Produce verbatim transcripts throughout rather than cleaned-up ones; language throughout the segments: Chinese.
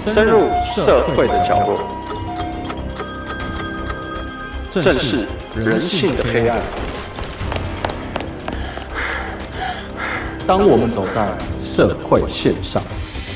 深入社会的角落，正视人性的黑暗。当我们走在社会线上。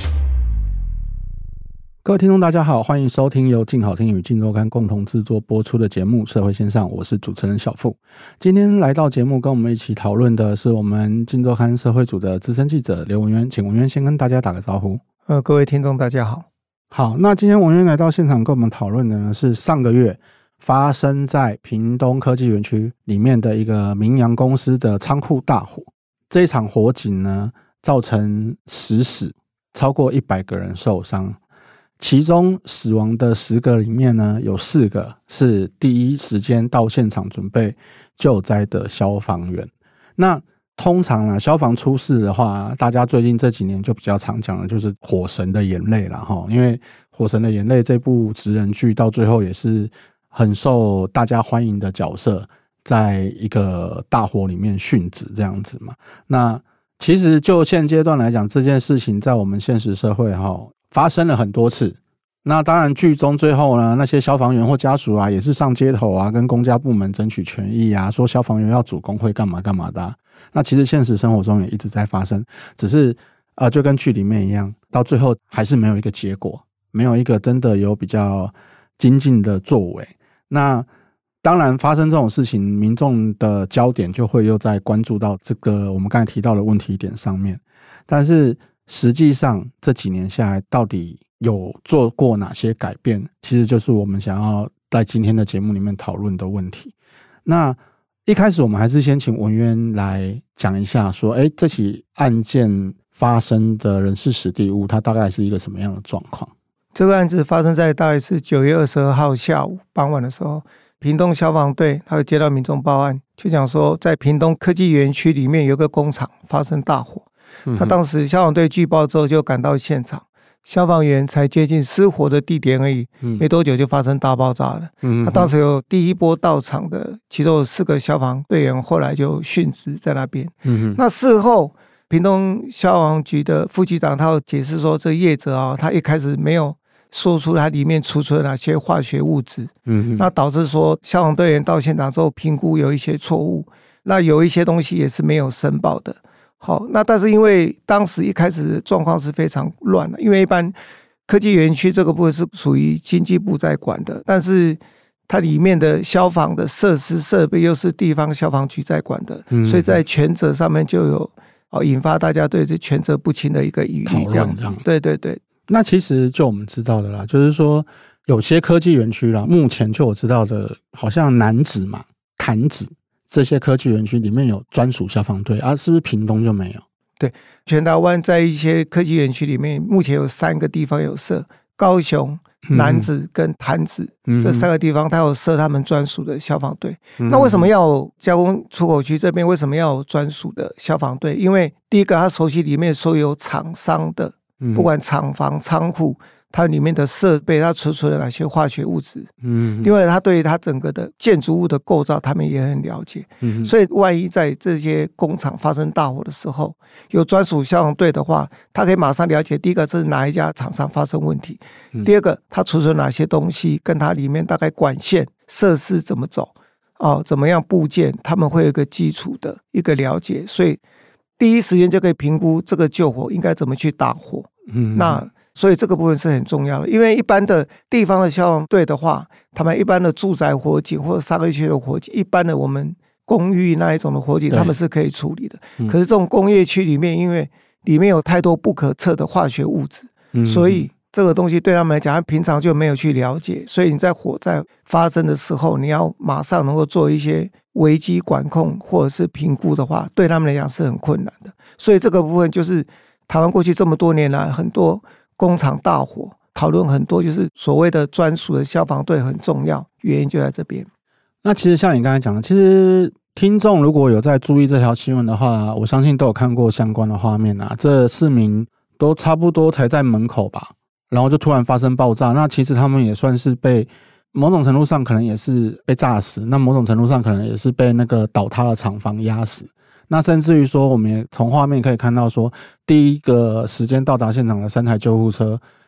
各位听众大家好，欢迎收听由静好听与静周刊共同制作播出的节目《社会线上》，我是主持人小富。今天来到节目跟我们一起讨论的是我们静周刊社会组的资深记者刘文渊，请文渊先跟大家打个招呼。 呃，各位听众大家好。 好，那今天文渊来到现场跟我们讨论的呢，是上个月发生在屏东科技园区里面的一个明阳公司的仓库大火。这一场火警呢，造成十死，超过一百个人受伤。其中死亡的十个里面呢，有四个是第一时间到现场准备救灾的消防员。那通常啊，消防出事的话，大家最近这几年就比较常讲的就是火神的眼泪啦齁，因为火神的眼泪这部职人剧到最后也是很受大家欢迎的角色，在一个大火里面殉职这样子嘛。那其实就现阶段来讲，这件事情在我们现实社会齁发生了很多次。那当然剧中最后呢，那些消防员或家属啊，也是上街头啊，跟公家部门争取权益啊，说消防员要组工会干嘛干嘛的啊。那其实现实生活中也一直在发生，只是呃，就跟剧里面一样，到最后还是没有一个结果，没有一个真的有比较精进的作为。那当然发生这种事情，民众的焦点就会又在关注到这个我们刚才提到的问题点上面。但是实际上这几年下来，到底有做过哪些改变，其实就是我们想要在今天的节目里面讨论的问题。那一开始我们还是先请文渊来讲一下说，诶，这起案件发生的人事史地物，它大概是一个什么样的状况？ 这个案子发生在大概是九月二十二号下午傍晚的时候，屏东消防队他会接到民众报案，就讲说在屏东科技园区里面有一个工厂发生大火。他当时消防队据报之后就赶到现场，消防员才接近失火的地点而已，没多久就发生大爆炸了。他当时有第一波到场的，其中有四个消防队员后来就殉职在那边。那事后屏东消防局的副局长他有解释说，这业者啊，他一开始没有说出它里面储存哪些化学物质，那导致说消防队员到现场之后评估有一些错误，那有一些东西也是没有申报的。好，那但是因为当时一开始状况是非常乱的，因为一般科技园区这个部分是属于经济部在管的，但是它里面的消防的设施设备又是地方消防局在管的，嗯、所以在权责上面就有、哦、引发大家对这权责不清的一个疑虑，这样子。对对对。 那其实就我们知道的啦，就是说有些科技园区啦，目前就我知道的，好像楠梓嘛、潭子。这些科技园区里面有专属消防队啊，是不是屏东就没有？ 对，全台湾在一些科技园区里面，目前有三个地方有设，高雄、楠梓跟潭子、嗯、这三个地方，它有设他们专属的消防队。嗯、那为什么要有加工出口区这边为什么要有专属的消防队？因为第一个，它熟悉里面所有厂商的，不管厂房、仓库。它里面的设备，它储存了哪些化学物质？嗯，另外，它对于它整个的建筑物的构造，他们也很了解。嗯，所以万一在这些工厂发生大火的时候，有专属消防队的话，它可以马上了解：第一个是哪一家厂商发生问题；嗯、第二个，它储存哪些东西，跟它里面大概管线设施怎么走，哦，怎么样部件，他们会有一个基础的一个了解，所以第一时间就可以评估这个救火应该怎么去打火。嗯，那。所以这个部分是很重要的，因为一般的地方的消防队的话，他们一般的住宅火警或者商业区的火警，一般的我们公寓那一种的火警，他们是可以处理的。嗯、可是这种工业区里面，因为里面有太多不可测的化学物质，嗯、所以这个东西对他们来讲，他平常就没有去了解，所以你在火灾发生的时候，你要马上能够做一些危机管控或者是评估的话，对他们来讲是很困难的。所以这个部分就是台湾过去这么多年来很多工厂大火讨论很多，就是所谓的专属的消防队很重要，原因就在这边。 那其实像你刚才讲的，其实听众如果有在注意这条新闻的话，我相信都有看过相关的画面啊。这市民都差不多才在门口吧，然后就突然发生爆炸。那其实他们也算是被某种程度上可能也是被炸死，那某种程度上可能也是被那个倒塌的厂房压死。那甚至于说，我们也从画面可以看到说，第一个时间到达现场的三台救护车，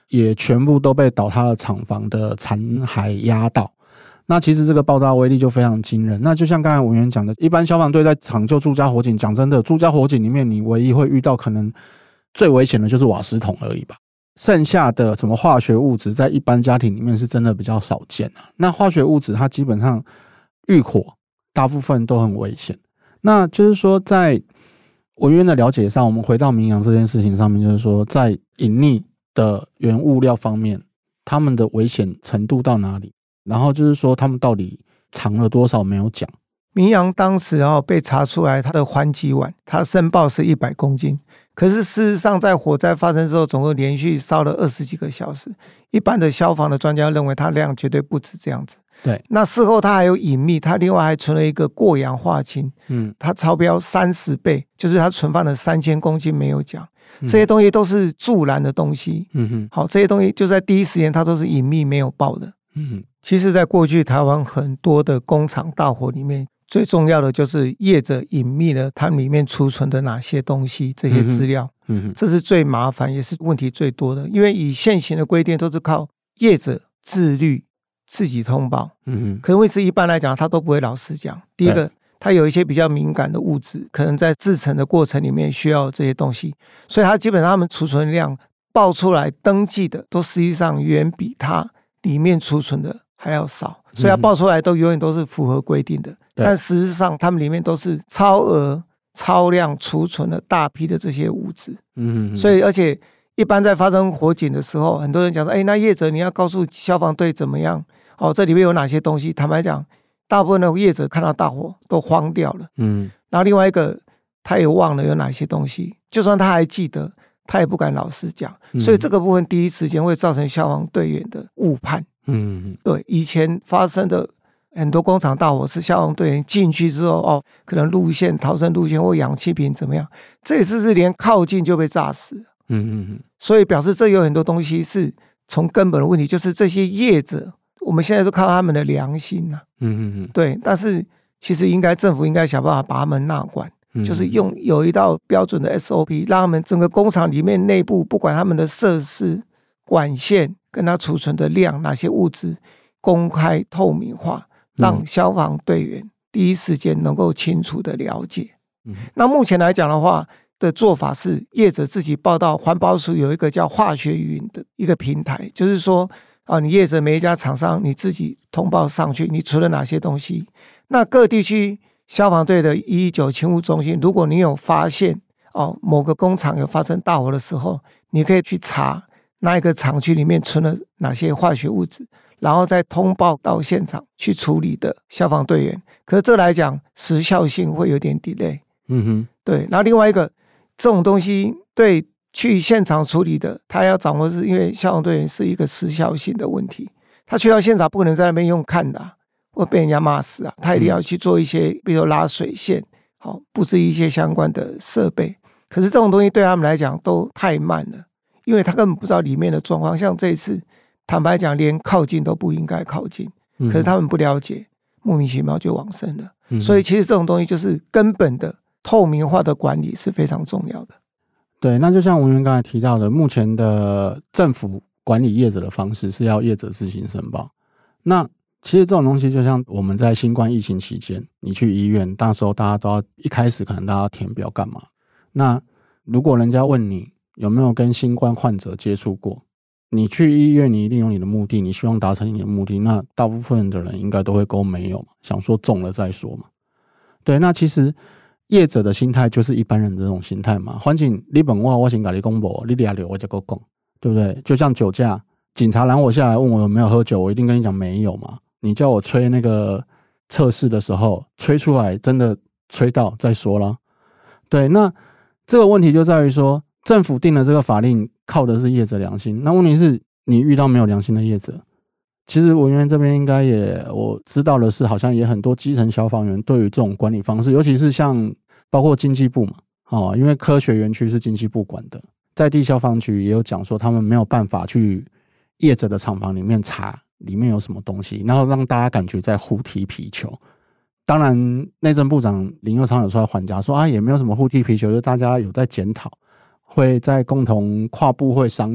也全部都被倒塌的厂房的残骸压到。那其实这个爆炸威力就非常惊人。那就像刚才文员讲的，一般消防队在抢救住家火警，讲真的，住家火警里面你唯一会遇到可能最危险的就是瓦斯桶而已吧。剩下的什么化学物质在一般家庭里面是真的比较少见啊。那化学物质它基本上遇火大部分都很危险。那就是说在文员的了解上，我们回到明阳这件事情上面，就是说在隐匿的原物料方面，他们的危险程度到哪里？然后就是说他们到底藏了多少没有讲。 明阳当时、哦、被查出来他的环基烷，他申报是一百公斤，可是事实上在火灾发生之后总共连续烧了二十几个小时，一般的消防的专家认为它量绝对不止这样子。 对， 那事后他还有隐秘，他另外还存了一个过氧化氢，嗯，他超标三十倍，就是他存放了三千公斤没有讲。这些东西都是助燃的东西，嗯哼，好，这些东西就在第一时间他都是隐秘没有报的。嗯，其实在过去台湾很多的工厂大火里面，最重要的就是业者隐秘了它里面储存的哪些东西，这些资料，嗯哼，这是最麻烦也是问题最多的。因为以现行的规定都是靠业者自律自己通报，嗯哼，可能为是一般来讲他都不会老实讲。第一个，它有一些比较敏感的物质，可能在制成的过程里面需要这些东西，所以它基本上他们储存量报出来登记的都实际上远比它里面储存的还要少，所以它报出来都永远都是符合规定的，但实际上他们里面都是超额超量储存了大批的这些物质。嗯，所以而且一般在发生火警的时候，很多人讲说，哎，那业者你要告诉消防队怎么样，哦，这里面有哪些东西。坦白讲，大部分的业者看到大火都慌掉了，嗯，然后另外一个他也忘了有哪些东西，就算他还记得他也不敢老实讲，所以这个部分第一时间会造成消防队员的误判。嗯，对，以前发生的很多工厂大火是消防队员进去之后，哦，可能路线逃生路线或氧气瓶怎么样，这一次是连靠近就被炸死。嗯嗯嗯，所以表示这有很多东西是从根本的问题，就是这些业者我们现在都靠他们的良心啊。嗯嗯嗯，对，但是其实应该政府应该想办法把他们纳管，嗯，就是用有一道标准的 S O P， 让他们整个工厂里面内部不管他们的设施管线跟它储存的量哪些物质公开透明化，让消防队员第一时间能够清楚的了解。嗯，那目前来讲的话的做法是业者自己报到，环保署有一个叫化学云的一个平台，就是说啊，你业者每一家厂商你自己通报上去你存了哪些东西，那各地区消防队的一一九勤务中心，如果你有发现哦某个工厂有发生大火的时候，你可以去查那一个厂区里面存了哪些化学物质，然后再通报到现场去处理的消防队员。可是这来讲时效性会有点 delay。 嗯哼，对。然后另外一个这种东西对去现场处理的他要掌握，是因为消防队员是一个时效性的问题，他去到现场不可能在那边用看的、啊、或被人家骂死啊，他一定要去做一些比如拉水线，好布置一些相关的设备。可是这种东西对他们来讲都太慢了，因为他根本不知道里面的状况。像这一次坦白讲连靠近都不应该靠近，可是他们不了解，莫名其妙就往生了、嗯、所以其实这种东西就是根本的透明化的管理是非常重要的。 对，那就像文员刚才提到的，目前的政府管理业者的方式是要业者自行申报。那其实这种东西就像我们在新冠疫情期间你去医院，那时候大家都要一开始可能大家要填表干嘛，那如果人家问你有没有跟新冠患者接触过，你去医院你一定有你的目的，你希望达成你的目的，那大部分的人应该都会勾没有嘛，想说中了再说嘛。对，那其实业者的心态就是一般人的这种心态嘛，反正你问我我先跟你讲没，你抓了我再跟我讲，对不对？就像酒驾，警察拦我下来问我有没有喝酒，我一定跟你讲没有嘛。你叫我吹那个测试的时候，吹出来真的吹到再说啦。对，那这个问题就在于说政府定了这个法令靠的是业者良心，那问题是你遇到没有良心的业者。其实文员这边应该也我知道的是，好像也很多基层消防员对于这种管理方式，尤其是像包括经济部嘛，哦，因为科学园区是经济部管的，在地消防局也有讲说他们没有办法去业者的厂房里面查里面有什么东西，然后让大家感觉在互踢皮球。当然内政部长林右昌有出来缓颊说啊，也没有什么互踢皮球，就大家有在检讨，会在共同跨部会商议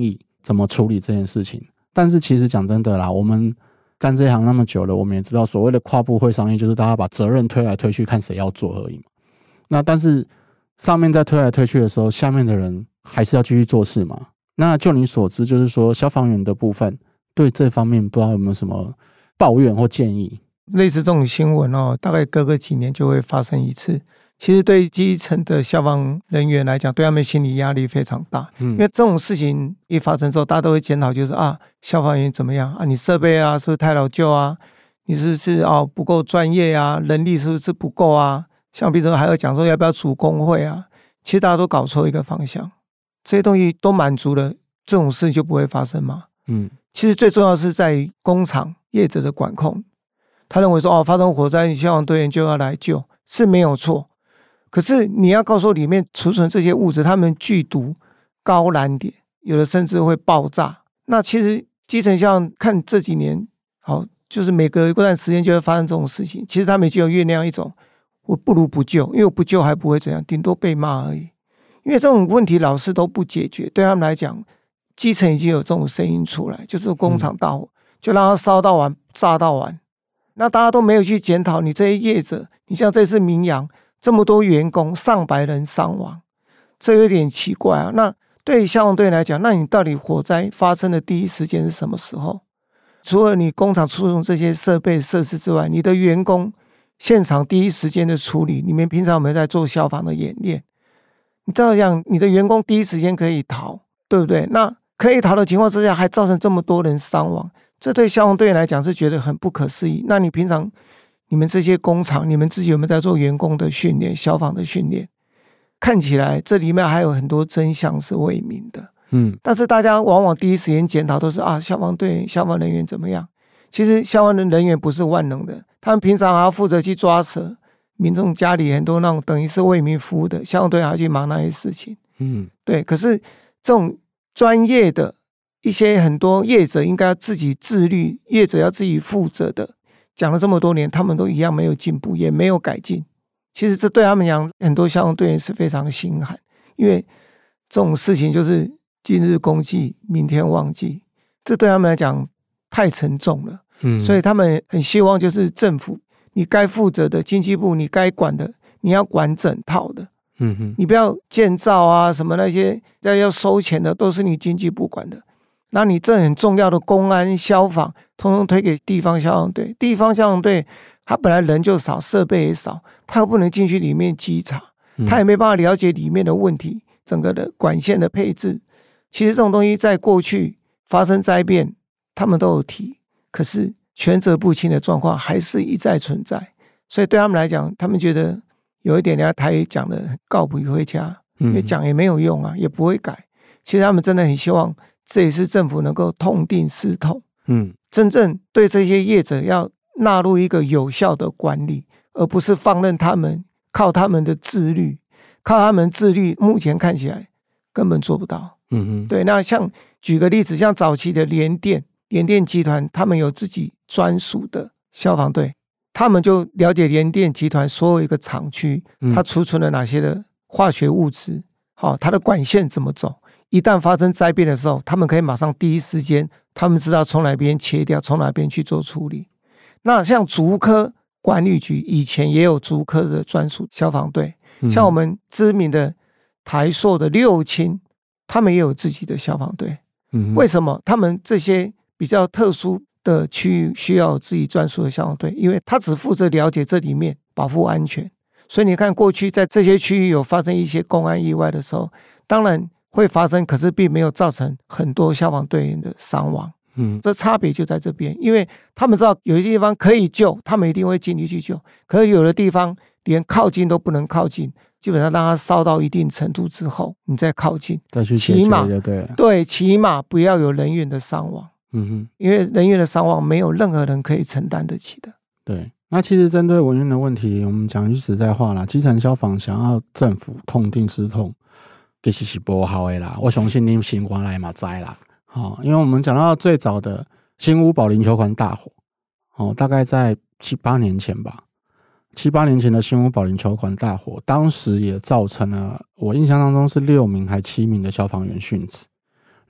怎么处理这件事情。但是其实讲真的啦，我们干这一行那么久了，我们也知道所谓的跨部会商议就是大家把责任推来推去看谁要做而已嘛。那但是上面在推来推去的时候，下面的人还是要继续做事嘛。那就你所知，就是说消防员的部分对这方面不知道有没有什么抱怨或建议。 类似这种新闻哦，大概隔个几年就会发生一次。其实对基层的消防人员来讲，对他们心理压力非常大、嗯、因为这种事情一发生之后，大家都会检讨，就是啊，消防员怎么样啊？你设备啊是不是太老旧啊？你是不是啊不够专业啊？人力是不是不够啊？像比如说还有讲说要不要组工会啊？其实大家都搞错一个方向，这些东西都满足了，这种事就不会发生嘛。嗯，其实最重要的是在工厂业者的管控。他认为说哦，发生火灾，消防队员就要来救，是没有错。可是你要告诉里面储存这些物质，它们剧毒、高燃点，有的甚至会爆炸。那其实基层消防看这几年，好，就是每隔一段时间就会发生这种事情。其实他们已经有酝酿一种，我不如不救，因为我不救还不会怎样，顶多被骂而已。因为这种问题老是都不解决，对他们来讲，基层已经有这种声音出来，就是工厂大火，就让它烧到完、炸到完。那大家都没有去检讨你这些业者，你像这次明阳这么多员工上百人伤亡，这有点奇怪啊。那对消防队来讲，那你到底火灾发生的第一时间是什么时候？除了你工厂出用这些设备设施之外，你的员工现场第一时间的处理，你们平常有没有在做消防的演练？你这样你的员工第一时间可以逃，对不对？那可以逃的情况之下还造成这么多人伤亡，这对消防队员来讲是觉得很不可思议。那你平常你们这些工厂，你们自己有没有在做员工的训练、消防的训练？看起来这里面还有很多真相是未明的。嗯，但是大家往往第一时间检讨都是啊，消防队、消防人员怎么样？其实消防人员不是万能的，他们平常还要负责去抓蛇，民众家里很多那种等于是为民服务的，消防队还要去忙那些事情。嗯，对。可是这种专业的一些很多业者应该要自己自律，业者要自己负责的，讲了这么多年，他们都一样没有进步，也没有改进。其实这对他们讲，很多消防队员是非常心寒，因为这种事情就是今日公祭，明天忘记，这对他们来讲太沉重了。嗯，所以他们很希望就是政府，你该负责的经济部，你该管的，你要管整套的。嗯哼，你不要建造啊什么那些要收钱的，都是你经济部管的。那你这很重要的公安、消防，通通推给地方消防队。地方消防队他本来人就少，设备也少，他又不能进去里面稽查，他也没办法了解里面的问题，整个的管线的配置。其实这种东西在过去发生灾变，他们都有提，可是权责不清的状况还是一再存在。所以对他们来讲，他们觉得有一点人家台语讲的告不回家，因为讲也没有用啊，也不会改。其实他们真的很希望这一次政府能够痛定思痛，嗯，真正对这些业者要纳入一个有效的管理，而不是放任他们靠他们的自律，靠他们自律，目前看起来根本做不到。嗯嗯，对。那像举个例子，像早期的联电，联电集团他们有自己专属的消防队，他们就了解联电集团所有一个厂区，它储存了哪些的化学物质，好，它的管线怎么走。一旦发生灾变的时候，他们可以马上第一时间，他们知道从哪边切掉，从哪边去做处理。那像竹科管理局以前也有竹科的专属消防队，嗯、像我们知名的台塑的六轻，他们也有自己的消防队。嗯、为什么他们这些比较特殊的区域需要有自己专属的消防队？因为他只负责了解这里面保护安全。所以你看，过去在这些区域有发生一些公安意外的时候，当然会发生，可是并没有造成很多消防队员的伤亡。嗯，这差别就在这边，因为他们知道有些地方可以救，他们一定会尽力去救。可是有的地方连靠近都不能靠近，基本上让它烧到一定程度之后，你再靠近， 再去解决就对了。 对，起码不要有人员的伤亡。嗯哼，因为人员的伤亡没有任何人可以承担得起的。 对，那其实针对文员的问题，我们讲句实在话啦，基层消防想要政府痛定思痛，其实是不好的啦。我相信你新闻来嘛知啦。好，因为我们讲到最早的新屋保龄球馆大火，哦，大概在七八年前吧，七八年前的新屋保龄球馆大火，当时也造成了我印象当中是六名还七名的消防员殉职，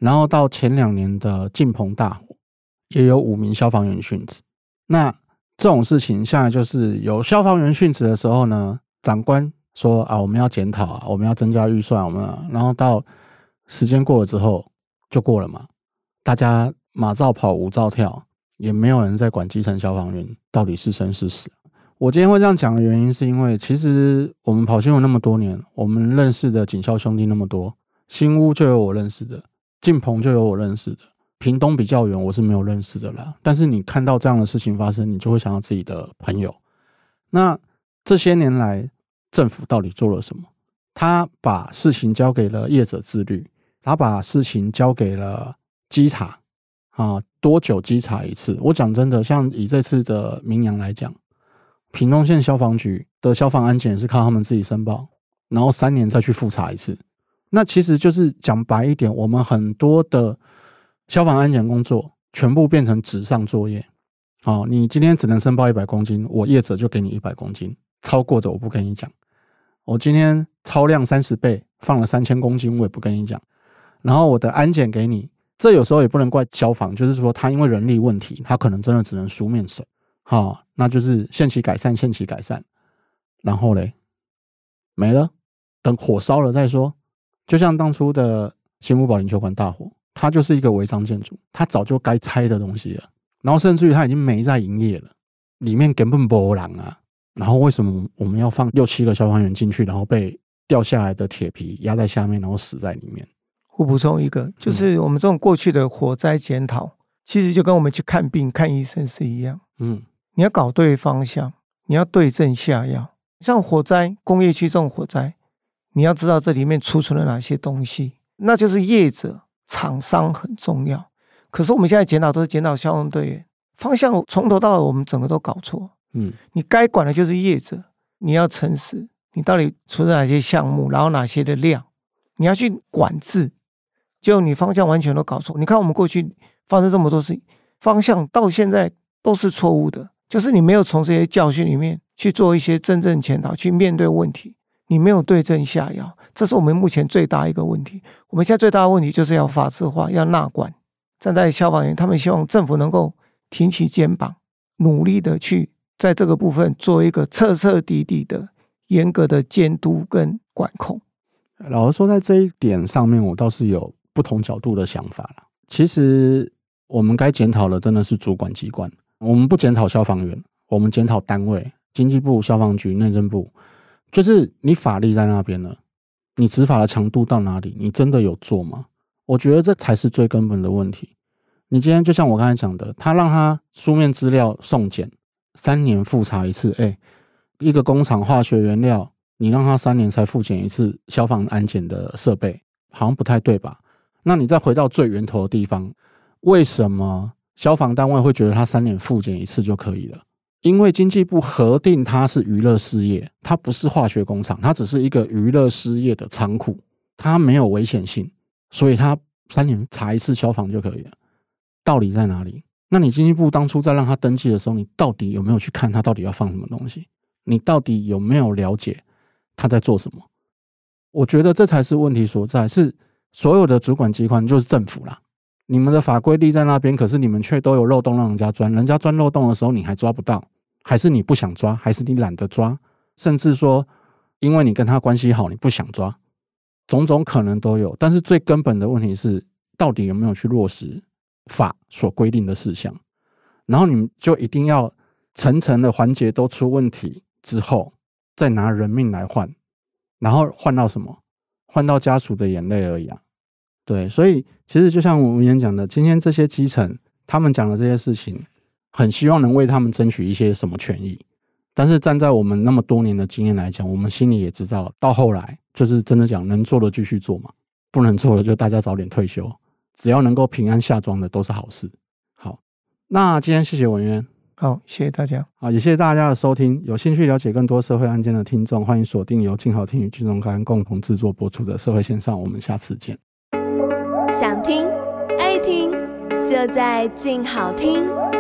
然后到前两年的敬鹏大火，也有五名消防员殉职。那这种事情下来就是有消防员殉职的时候呢，长官说啊，我们要检讨啊，我们要增加预算，我们啊，然后到时间过了之后就过了嘛，大家马照跑，舞照跳，也没有人在管基层消防员到底是生是死。我今天会这样讲的原因是因为其实我们跑新闻那么多年，我们认识的警校兄弟那么多，新屋就有我认识的，敬鹏就有我认识的，屏东比较远我是没有认识的啦。但是你看到这样的事情发生，你就会想到自己的朋友。那这些年来政府到底做了什么？他把事情交给了业者自律，他把事情交给了稽查啊，多久稽查一次？我讲真的，像以这次的明阳来讲，屏东县消防局的消防安检是靠他们自己申报，然后三年再去复查一次。那其实就是讲白一点，我们很多的消防安检工作全部变成纸上作业。哦，你今天只能申报一百公斤，我业者就给你一百公斤，超过的我不跟你讲。我今天超量三十倍，放了三千公斤，我也不跟你讲。然后我的安检给你，这有时候也不能怪消防，就是说他因为人力问题，他可能真的只能书面审。好、哦，那就是限期改善，限期改善。然后嘞，没了，等火烧了再说。就像当初的新屋保龄球馆大火，它就是一个违章建筑，它早就该拆的东西了。然后甚至于它已经没在营业了，里面根本没人啊。然后为什么我们要放六七个消防员进去，然后被掉下来的铁皮压在下面，然后死在里面？ 我补充一个，就是我们这种过去的火灾检讨，嗯、其实就跟我们去看病、看医生是一样。嗯，你要搞对方向，你要对症下药。像火灾，工业区这种火灾，你要知道这里面储存了哪些东西，那就是业者、厂商很重要。可是我们现在检讨都是检讨消防队员，方向从头到尾我们整个都搞错。嗯，你该管的就是业者，你要诚实，你到底存在哪些项目，然后哪些的量，你要去管制，就你方向完全都搞错。你看我们过去发生这么多事，方向到现在都是错误的，就是你没有从这些教训里面去做一些真正检讨，去面对问题，你没有对症下药，这是我们目前最大一个问题。我们现在最大的问题就是要法制化，要纳管。站在消防员，他们希望政府能够挺起肩膀，努力的去在这个部分做一个彻彻底底的严格的监督跟管控。 老实说，在这一点上面，我倒是有不同角度的想法啦。其实我们该检讨的真的是主管机关，我们不检讨消防员，我们检讨单位，经济部、消防局、内政部，就是你法律在那边了，你执法的强度到哪里？你真的有做吗？我觉得这才是最根本的问题。你今天就像我刚才讲的，他让他书面资料送检，三年复查一次。哎，一个工厂化学原料，你让他三年才复检一次消防安检的设备，好像不太对吧？那你再回到最源头的地方，为什么消防单位会觉得他三年复检一次就可以了？因为经济部核定它是娱乐事业，它不是化学工厂，它只是一个娱乐事业的仓库，它没有危险性，所以它三年查一次消防就可以了。道理在哪里？那你经济部当初在让他登记的时候，你到底有没有去看他到底要放什么东西？你到底有没有了解他在做什么？我觉得这才是问题所在，是所有的主管机关就是政府啦，你们的法规立在那边，可是你们却都有漏洞让人家钻，人家钻漏洞的时候你还抓不到，还是你不想抓，还是你懒得抓，甚至说因为你跟他关系好你不想抓，种种可能都有。但是最根本的问题是到底有没有去落实法所规定的事项，然后你们就一定要层层的环节都出问题之后再拿人命来换，然后换到什么？换到家属的眼泪而已啊。对，所以其实就像我们讲的，今天这些基层他们讲的这些事情，很希望能为他们争取一些什么权益，但是站在我们那么多年的经验来讲，我们心里也知道，到后来就是真的讲，能做的继续做嘛，不能做的就大家早点退休，只要能够平安下庄的都是好事。好，那今天谢谢文渊。 好，谢谢大家。 好，也谢谢大家的收听。有兴趣了解更多社会案件的听众，欢迎锁定由静好听与金融刊共同制作播出的社会线上，我们下次见。 想听爱听就在静好听。